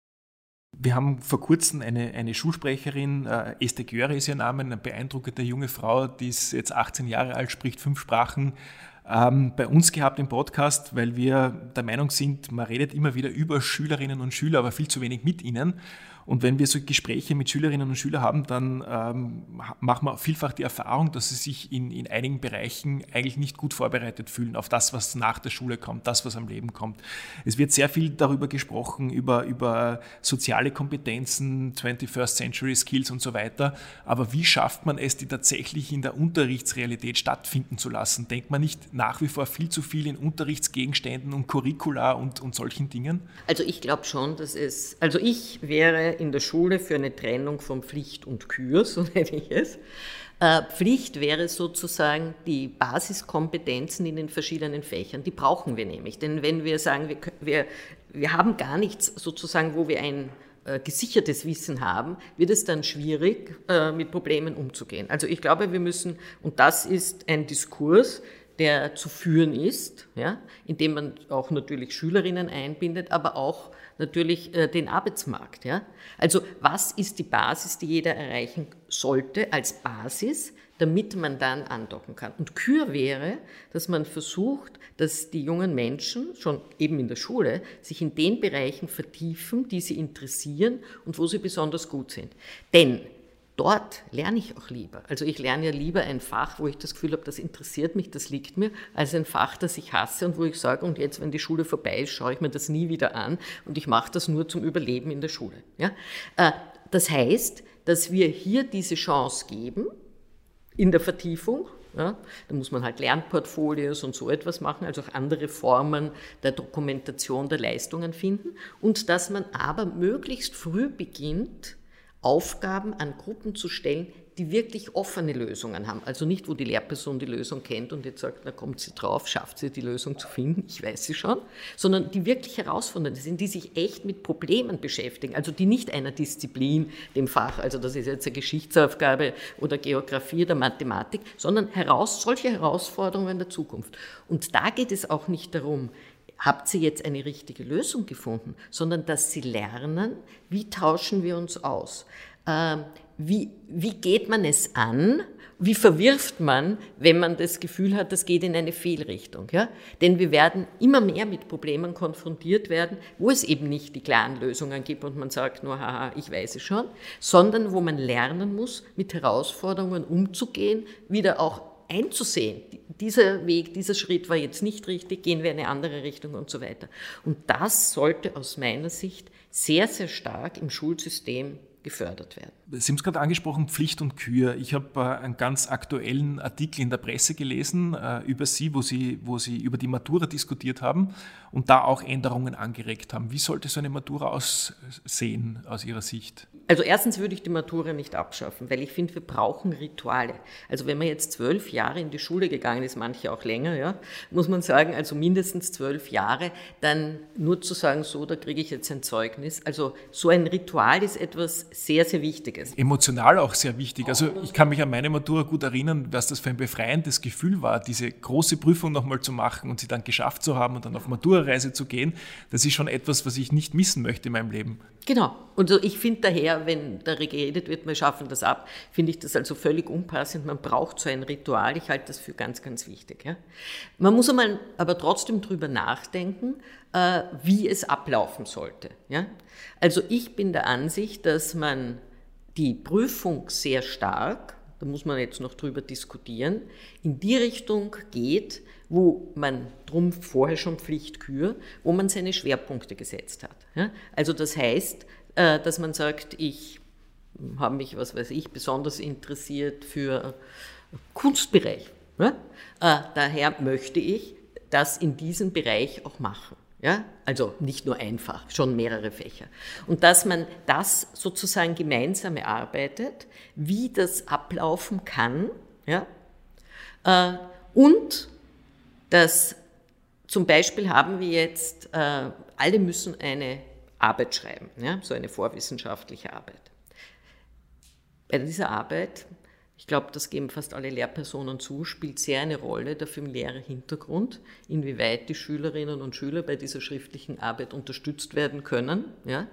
Wir haben vor kurzem eine, eine Schulsprecherin, äh, Esther Göre ist ihr Name, eine beeindruckende junge Frau, die ist jetzt achtzehn Jahre alt, spricht fünf Sprachen, ähm, bei uns gehabt im Podcast, weil wir der Meinung sind, man redet immer wieder über Schülerinnen und Schüler, aber viel zu wenig mit ihnen. Und wenn wir so Gespräche mit Schülerinnen und Schülern haben, dann ähm, machen wir vielfach die Erfahrung, dass sie sich in, in einigen Bereichen eigentlich nicht gut vorbereitet fühlen auf das, was nach der Schule kommt, das, was am Leben kommt. Es wird sehr viel darüber gesprochen, über, über soziale Kompetenzen, twenty-first Century Skills und so weiter. Aber wie schafft man es, die tatsächlich in der Unterrichtsrealität stattfinden zu lassen? Denkt man nicht nach wie vor viel zu viel in Unterrichtsgegenständen und Curricula und, und solchen Dingen? Also ich glaube schon, dass es, also ich wäre in der Schule für eine Trennung von Pflicht und Kür, so nenne ich es. Äh, Pflicht wäre sozusagen die Basiskompetenzen in den verschiedenen Fächern, die brauchen wir nämlich. Denn wenn wir sagen, wir, wir, wir haben gar nichts sozusagen, wo wir ein äh, gesichertes Wissen haben, wird es dann schwierig, äh, mit Problemen umzugehen. Also ich glaube, wir müssen, und das ist ein Diskurs, der zu führen ist, ja, indem man auch natürlich Schülerinnen einbindet, aber auch natürlich äh, den Arbeitsmarkt. Ja. Also was ist die Basis, die jeder erreichen sollte als Basis, damit man dann andocken kann? Und Kür wäre, dass man versucht, dass die jungen Menschen schon eben in der Schule sich in den Bereichen vertiefen, die sie interessieren und wo sie besonders gut sind. Denn dort lerne ich auch lieber. Also ich lerne ja lieber ein Fach, wo ich das Gefühl habe, das interessiert mich, das liegt mir, als ein Fach, das ich hasse und wo ich sage, und jetzt, wenn die Schule vorbei ist, schaue ich mir das nie wieder an und ich mache das nur zum Überleben in der Schule. Ja? Das heißt, dass wir hier diese Chance geben, in der Vertiefung, ja, da muss man halt Lernportfolios und so etwas machen, also auch andere Formen der Dokumentation der Leistungen finden und dass man aber möglichst früh beginnt, Aufgaben an Gruppen zu stellen, die wirklich offene Lösungen haben. Also nicht, wo die Lehrperson die Lösung kennt und jetzt sagt, na kommt sie drauf, schafft sie die Lösung zu finden, ich weiß sie schon, sondern die wirklich herausfordernd sind, die sich echt mit Problemen beschäftigen, also die nicht einer Disziplin, dem Fach, also das ist jetzt eine Geschichtsaufgabe oder Geografie oder Mathematik, sondern heraus, solche Herausforderungen der Zukunft. Und da geht es auch nicht darum, habt ihr jetzt eine richtige Lösung gefunden, sondern dass sie lernen, wie tauschen wir uns aus, äh, wie, wie geht man es an, wie verwirft man, wenn man das Gefühl hat, das geht in eine Fehlrichtung. Ja? Denn wir werden immer mehr mit Problemen konfrontiert werden, wo es eben nicht die klaren Lösungen gibt und man sagt nur, haha, ich weiß es schon, sondern wo man lernen muss, mit Herausforderungen umzugehen, wieder auch einzusehen, dieser Weg, dieser Schritt war jetzt nicht richtig, gehen wir in eine andere Richtung und so weiter. Und das sollte aus meiner Sicht sehr, sehr stark im Schulsystem gefördert werden. Sie haben es gerade angesprochen, Pflicht und Kür. Ich habe äh, einen ganz aktuellen Artikel in der Presse gelesen äh, über Sie, wo Sie, wo Sie über die Matura diskutiert haben und da auch Änderungen angeregt haben. Wie sollte so eine Matura aussehen aus Ihrer Sicht? Also erstens würde ich die Matura nicht abschaffen, weil ich finde, wir brauchen Rituale. Also wenn man jetzt zwölf Jahre in die Schule gegangen ist, manche auch länger, ja, muss man sagen, also mindestens zwölf Jahre, dann nur zu sagen, so, da kriege ich jetzt ein Zeugnis. Also so ein Ritual ist etwas sehr, sehr Wichtiges. Emotional auch sehr wichtig. Also ich kann mich an meine Matura gut erinnern, was das für ein befreiendes Gefühl war, diese große Prüfung nochmal zu machen und sie dann geschafft zu haben und dann auf Matura-Reise zu gehen. Das ist schon etwas, was ich nicht missen möchte in meinem Leben. Genau. Und so, ich finde daher, ja, wenn da geredet wird, wir schaffen das ab, finde ich das also völlig unpassend. Man braucht so ein Ritual, ich halte das für ganz, ganz wichtig. Ja. Man muss einmal aber trotzdem drüber nachdenken, äh, wie es ablaufen sollte. Ja. Also ich bin der Ansicht, dass man die Prüfung sehr stark, da muss man jetzt noch drüber diskutieren, in die Richtung geht, wo man, drum vorher schon Pflichtkür, wo man seine Schwerpunkte gesetzt hat. Ja? Also das heißt, äh, dass man sagt, ich habe mich, was weiß ich, besonders interessiert für Kunstbereich. Ja? Äh, daher möchte ich das in diesem Bereich auch machen. Ja? Also nicht nur einfach, schon mehrere Fächer. Und dass man das sozusagen gemeinsam erarbeitet, wie das ablaufen kann, ja? äh, und dass zum Beispiel haben wir jetzt, äh, alle müssen eine Arbeit schreiben, ja? So eine vorwissenschaftliche Arbeit. Bei dieser Arbeit, ich glaube, das geben fast alle Lehrpersonen zu, spielt sehr eine Rolle der familiäre Hintergrund, inwieweit die Schülerinnen und Schüler bei dieser schriftlichen Arbeit unterstützt werden können. Ja?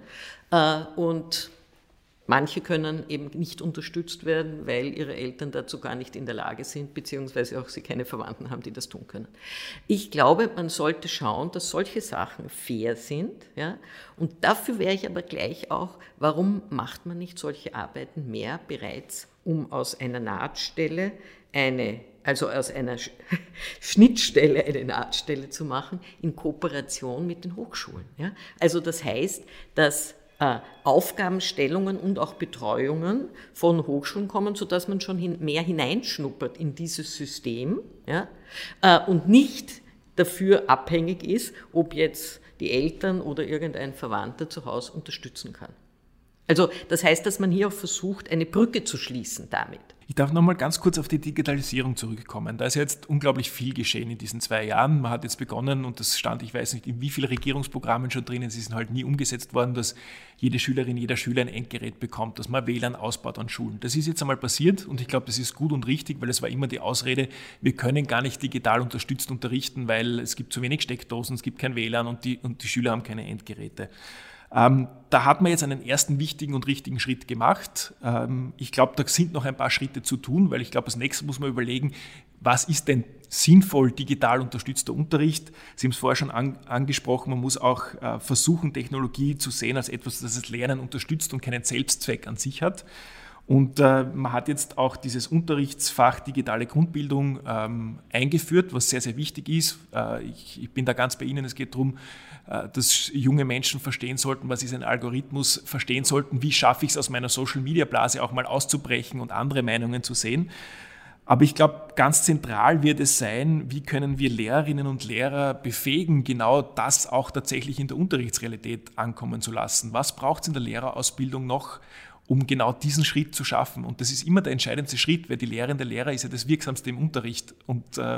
Und manche können eben nicht unterstützt werden, weil ihre Eltern dazu gar nicht in der Lage sind, beziehungsweise auch sie keine Verwandten haben, die das tun können. Ich glaube, man sollte schauen, dass solche Sachen fair sind. Ja? Und dafür wäre ich aber gleich auch, warum macht man nicht solche Arbeiten mehr bereits, um aus einer Nahtstelle eine, also aus einer Schnittstelle eine Nahtstelle zu machen, in Kooperation mit den Hochschulen. Ja? Also das heißt, dass äh, Aufgabenstellungen und auch Betreuungen von Hochschulen kommen, sodass man schon hin, mehr hineinschnuppert in dieses System, ja? äh, und nicht dafür abhängig ist, ob jetzt die Eltern oder irgendein Verwandter zu Hause unterstützen kann. Also das heißt, dass man hier auch versucht, eine Brücke zu schließen damit. Ich darf noch mal ganz kurz auf die Digitalisierung zurückkommen. Da ist jetzt unglaublich viel geschehen in diesen zwei Jahren. Man hat jetzt begonnen, und das stand, ich weiß nicht, in wie vielen Regierungsprogrammen schon drinnen, sie sind halt nie umgesetzt worden, dass jede Schülerin, jeder Schüler ein Endgerät bekommt, dass man W L A N ausbaut an Schulen. Das ist jetzt einmal passiert und ich glaube, das ist gut und richtig, weil es war immer die Ausrede, wir können gar nicht digital unterstützt unterrichten, weil es gibt zu wenig Steckdosen, es gibt kein W L A N und die, und die Schüler haben keine Endgeräte. Ähm, da hat man jetzt einen ersten wichtigen und richtigen Schritt gemacht. Ähm, ich glaube, da sind noch ein paar Schritte zu tun, weil ich glaube, als nächstes muss man überlegen, was ist denn sinnvoll digital unterstützter Unterricht? Sie haben es vorher schon an, angesprochen, man muss auch äh, versuchen, Technologie zu sehen als etwas, das das Lernen unterstützt und keinen Selbstzweck an sich hat. Und äh, man hat jetzt auch dieses Unterrichtsfach digitale Grundbildung ähm, eingeführt, was sehr, sehr wichtig ist. Äh, ich, ich bin da ganz bei Ihnen, es geht darum, äh, dass junge Menschen verstehen sollten, was ist ein Algorithmus, verstehen sollten, wie schaffe ich es aus meiner Social-Media-Blase auch mal auszubrechen und andere Meinungen zu sehen. Aber ich glaube, ganz zentral wird es sein, wie können wir Lehrerinnen und Lehrer befähigen, genau das auch tatsächlich in der Unterrichtsrealität ankommen zu lassen. Was braucht es in der Lehrerausbildung noch, um genau diesen Schritt zu schaffen? Und das ist immer der entscheidendste Schritt, weil die Lehrerin der Lehrer ist ja das Wirksamste im Unterricht. Und äh,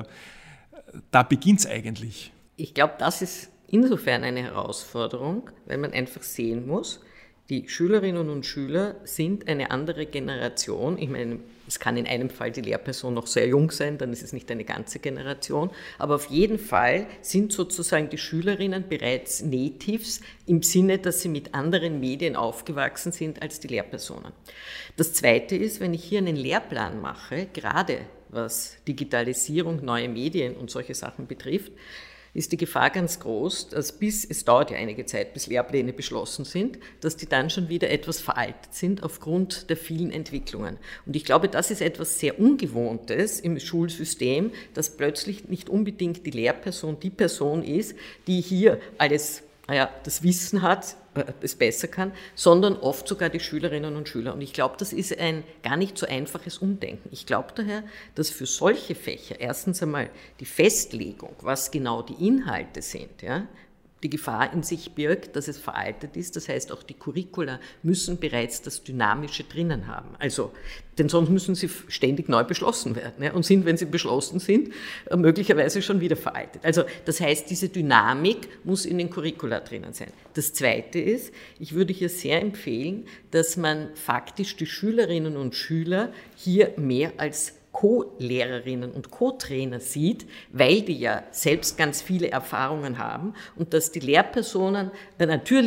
da beginnt es eigentlich. Ich glaube, das ist insofern eine Herausforderung, weil man einfach sehen muss, die Schülerinnen und Schüler sind eine andere Generation. Ich meine, es kann in einem Fall die Lehrperson noch sehr jung sein, dann ist es nicht eine ganze Generation. Aber auf jeden Fall sind sozusagen die Schülerinnen bereits Natives im Sinne, dass sie mit anderen Medien aufgewachsen sind als die Lehrpersonen. Das Zweite ist, wenn ich hier einen Lehrplan mache, gerade was Digitalisierung, neue Medien und solche Sachen betrifft, ist die Gefahr ganz groß, dass bis, es dauert ja einige Zeit, bis Lehrpläne beschlossen sind, dass die dann schon wieder etwas veraltet sind aufgrund der vielen Entwicklungen. Und ich glaube, das ist etwas sehr Ungewohntes im Schulsystem, dass plötzlich nicht unbedingt die Lehrperson die Person ist, die hier alles, naja, das Wissen hat, es besser kann, sondern oft sogar die Schülerinnen und Schüler. Und ich glaube, das ist ein gar nicht so einfaches Umdenken. Ich glaube daher, dass für solche Fächer erstens einmal die Festlegung, was genau die Inhalte sind, ja, die Gefahr in sich birgt, dass es veraltet ist. Das heißt, auch die Curricula müssen bereits das Dynamische drinnen haben. Also, denn sonst müssen sie ständig neu beschlossen werden, ja, und sind, wenn sie beschlossen sind, möglicherweise schon wieder veraltet. Also, das heißt, diese Dynamik muss in den Curricula drinnen sein. Das Zweite ist, ich würde hier sehr empfehlen, dass man faktisch die Schülerinnen und Schüler hier mehr als Co-Lehrerinnen und Co-Trainer sieht, weil die ja selbst ganz viele Erfahrungen haben und dass die Lehrpersonen natürlich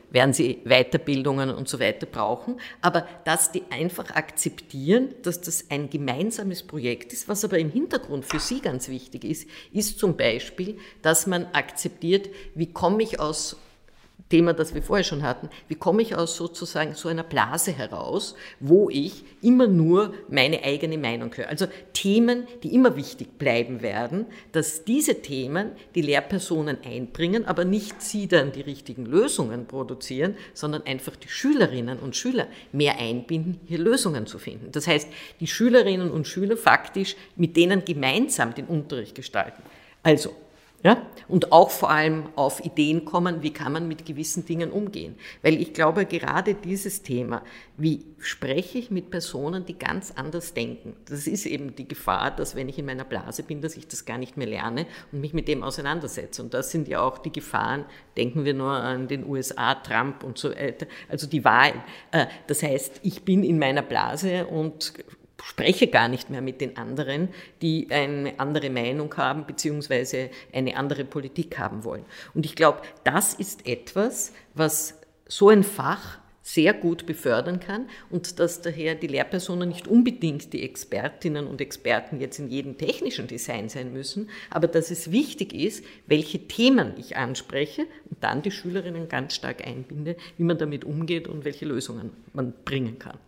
werden sie Weiterbildungen und so weiter brauchen, aber dass die einfach akzeptieren, dass das ein gemeinsames Projekt ist. Was aber im Hintergrund für sie ganz wichtig ist, ist zum Beispiel, dass man akzeptiert, wie komme ich aus Thema, das wir vorher schon hatten, wie komme ich aus sozusagen so einer Blase heraus, wo ich immer nur meine eigene Meinung höre. Also Themen, die immer wichtig bleiben werden, dass diese Themen die Lehrpersonen einbringen, aber nicht sie dann die richtigen Lösungen produzieren, sondern einfach die Schülerinnen und Schüler mehr einbinden, hier Lösungen zu finden. Das heißt, die Schülerinnen und Schüler faktisch mit denen gemeinsam den Unterricht gestalten. Also, ja, und auch vor allem auf Ideen kommen, wie kann man mit gewissen Dingen umgehen. Weil ich glaube, gerade dieses Thema, wie spreche ich mit Personen, die ganz anders denken, das ist eben die Gefahr, dass wenn ich in meiner Blase bin, dass ich das gar nicht mehr lerne und mich mit dem auseinandersetze. Und das sind ja auch die Gefahren, denken wir nur an den U S A, Trump und so weiter, also die Wahlen. Das heißt, ich bin in meiner Blase und spreche gar nicht mehr mit den anderen, die eine andere Meinung haben beziehungsweise eine andere Politik haben wollen. Und ich glaube, das ist etwas, was so ein Fach sehr gut befördern kann und dass daher die Lehrpersonen nicht unbedingt die Expertinnen und Experten jetzt in jedem technischen Design sein müssen, aber dass es wichtig ist, welche Themen ich anspreche und dann die Schülerinnen ganz stark einbinde, wie man damit umgeht und welche Lösungen man bringen kann.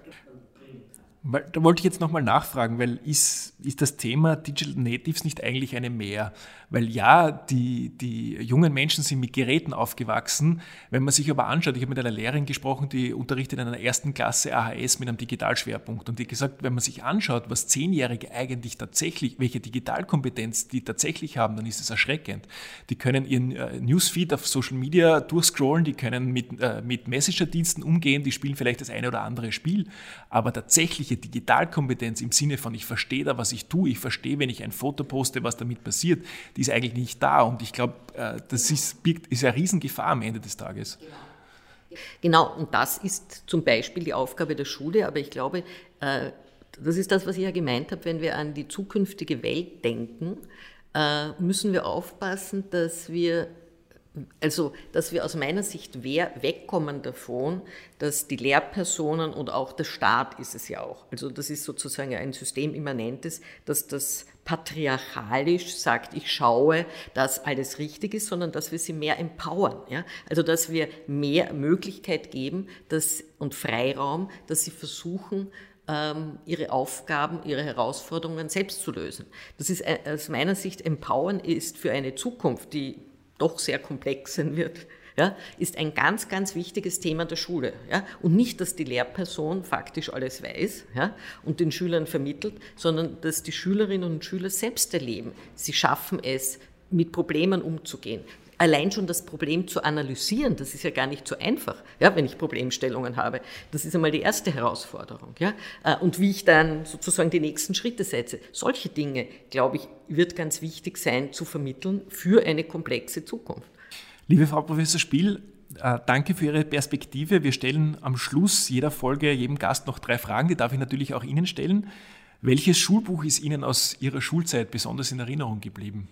Da wollte ich jetzt nochmal nachfragen, weil ist, ist das Thema Digital Natives nicht eigentlich eine Mehr? Weil ja, die, die jungen Menschen sind mit Geräten aufgewachsen. Wenn man sich aber anschaut, ich habe mit einer Lehrerin gesprochen, die unterrichtet in einer ersten Klasse A H S mit einem Digitalschwerpunkt. Und die hat gesagt, wenn man sich anschaut, was Zehnjährige eigentlich tatsächlich, welche Digitalkompetenz die tatsächlich haben, dann ist es erschreckend. Die können ihren äh, Newsfeed auf Social Media durchscrollen, die können mit, äh, mit Messenger-Diensten umgehen, die spielen vielleicht das eine oder andere Spiel, aber tatsächliche Digitalkompetenz im Sinne von, ich verstehe da, was ich tue, ich verstehe, wenn ich ein Foto poste, was damit passiert, die ist eigentlich nicht da. Und ich glaube, das ist, ist eine Riesengefahr am Ende des Tages. Genau, und das ist zum Beispiel die Aufgabe der Schule, aber ich glaube, das ist das, was ich ja gemeint habe, wenn wir an die zukünftige Welt denken, müssen wir aufpassen, dass wir Also, dass wir aus meiner Sicht wegkommen davon, dass die Lehrpersonen und auch der Staat ist es ja auch, also das ist sozusagen ein systemimmanentes, dass das patriarchalisch sagt, ich schaue, dass alles richtig ist, sondern dass wir sie mehr empowern, ja? Also dass wir mehr Möglichkeit geben dass, und Freiraum, dass sie versuchen, ihre Aufgaben, ihre Herausforderungen selbst zu lösen. Das ist aus meiner Sicht, empowern ist für eine Zukunft, die doch sehr komplex sein wird, ja, ist ein ganz, ganz wichtiges Thema der Schule. Ja? Und nicht, dass die Lehrperson faktisch alles weiß, ja, und den Schülern vermittelt, sondern dass die Schülerinnen und Schüler selbst erleben. Sie schaffen es, mit Problemen umzugehen. Allein schon das Problem zu analysieren, das ist ja gar nicht so einfach, ja, wenn ich Problemstellungen habe. Das ist einmal die erste Herausforderung. Ja? Und wie ich dann sozusagen die nächsten Schritte setze. Solche Dinge, glaube ich, wird ganz wichtig sein zu vermitteln für eine komplexe Zukunft. Liebe Frau Professor Spiel, danke für Ihre Perspektive. Wir stellen am Schluss jeder Folge jedem Gast noch drei Fragen, die darf ich natürlich auch Ihnen stellen. Welches Schulbuch ist Ihnen aus Ihrer Schulzeit besonders in Erinnerung geblieben?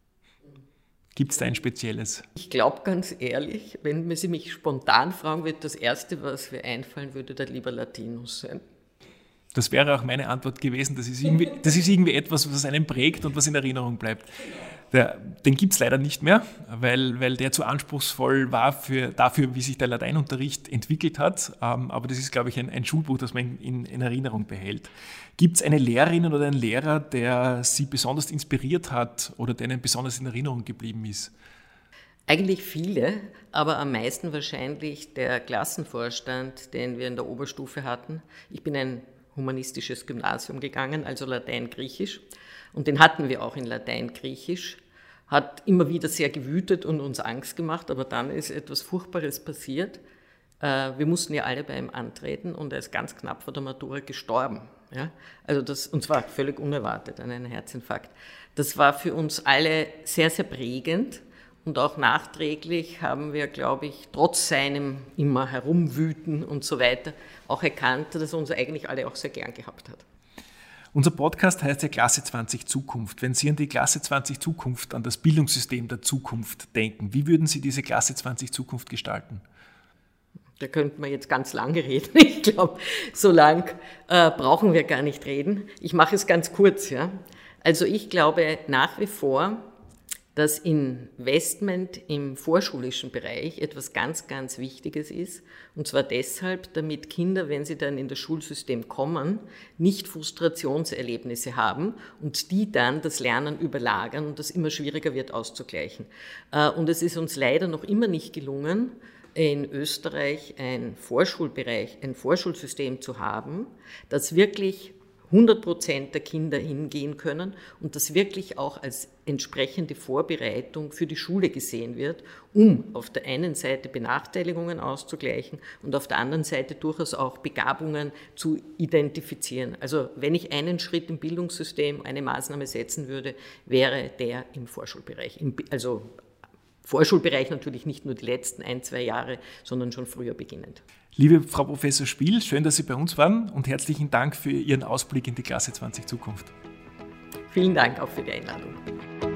Gibt es da ein spezielles? Ich glaube ganz ehrlich, wenn Sie mich spontan fragen, wird das Erste, was mir einfallen würde, der Liber Latinus sein. Das wäre auch meine Antwort gewesen. Das ist irgendwie, das ist irgendwie etwas, was einen prägt und was in Erinnerung bleibt. Der, den gibt es leider nicht mehr, weil, weil der zu anspruchsvoll war für, dafür, wie sich der Lateinunterricht entwickelt hat. Ähm, aber das ist, glaube ich, ein, ein Schulbuch, das man in, in Erinnerung behält. Gibt es eine Lehrerin oder einen Lehrer, der Sie besonders inspiriert hat oder der Ihnen besonders in Erinnerung geblieben ist? Eigentlich viele, aber am meisten wahrscheinlich der Klassenvorstand, den wir in der Oberstufe hatten. Ich bin ein humanistisches Gymnasium gegangen, also Latein-Griechisch. Und den hatten wir auch in Latein-Griechisch. Hat immer wieder sehr gewütet und uns Angst gemacht, aber dann ist etwas Furchtbares passiert. Wir mussten ja alle bei ihm antreten und er ist ganz knapp vor der Matura gestorben. Ja? Also das, und zwar völlig unerwartet, an einem Herzinfarkt. Das war für uns alle sehr, sehr prägend. Und auch nachträglich haben wir, glaube ich, trotz seinem immer Herumwüten und so weiter auch erkannt, dass er uns eigentlich alle auch sehr gern gehabt hat. Unser Podcast heißt ja Klasse zwanzig Zukunft. Wenn Sie an die Klasse zwanzig Zukunft, an das Bildungssystem der Zukunft denken, wie würden Sie diese Klasse zwanzig Zukunft gestalten? Da könnte man jetzt ganz lange reden. Ich glaube, so lang äh, brauchen wir gar nicht reden. Ich mache es ganz kurz. Ja. Also ich glaube nach wie vor, dass Investment im vorschulischen Bereich etwas ganz, ganz Wichtiges ist. Und zwar deshalb, damit Kinder, wenn sie dann in das Schulsystem kommen, nicht Frustrationserlebnisse haben und die dann das Lernen überlagern und das immer schwieriger wird auszugleichen. Und es ist uns leider noch immer nicht gelungen, in Österreich ein Vorschulbereich, ein Vorschulsystem zu haben, das wirklich hundert Prozent der Kinder hingehen können und das wirklich auch als entsprechende Vorbereitung für die Schule gesehen wird, um auf der einen Seite Benachteiligungen auszugleichen und auf der anderen Seite durchaus auch Begabungen zu identifizieren. Also wenn ich einen Schritt im Bildungssystem, eine Maßnahme setzen würde, wäre der im Vorschulbereich. Also Vorschulbereich natürlich nicht nur die letzten ein, zwei Jahre, sondern schon früher beginnend. Liebe Frau Professor Spiel, schön, dass Sie bei uns waren und herzlichen Dank für Ihren Ausblick in die Klasse zwanzig Zukunft. Vielen Dank auch für die Einladung.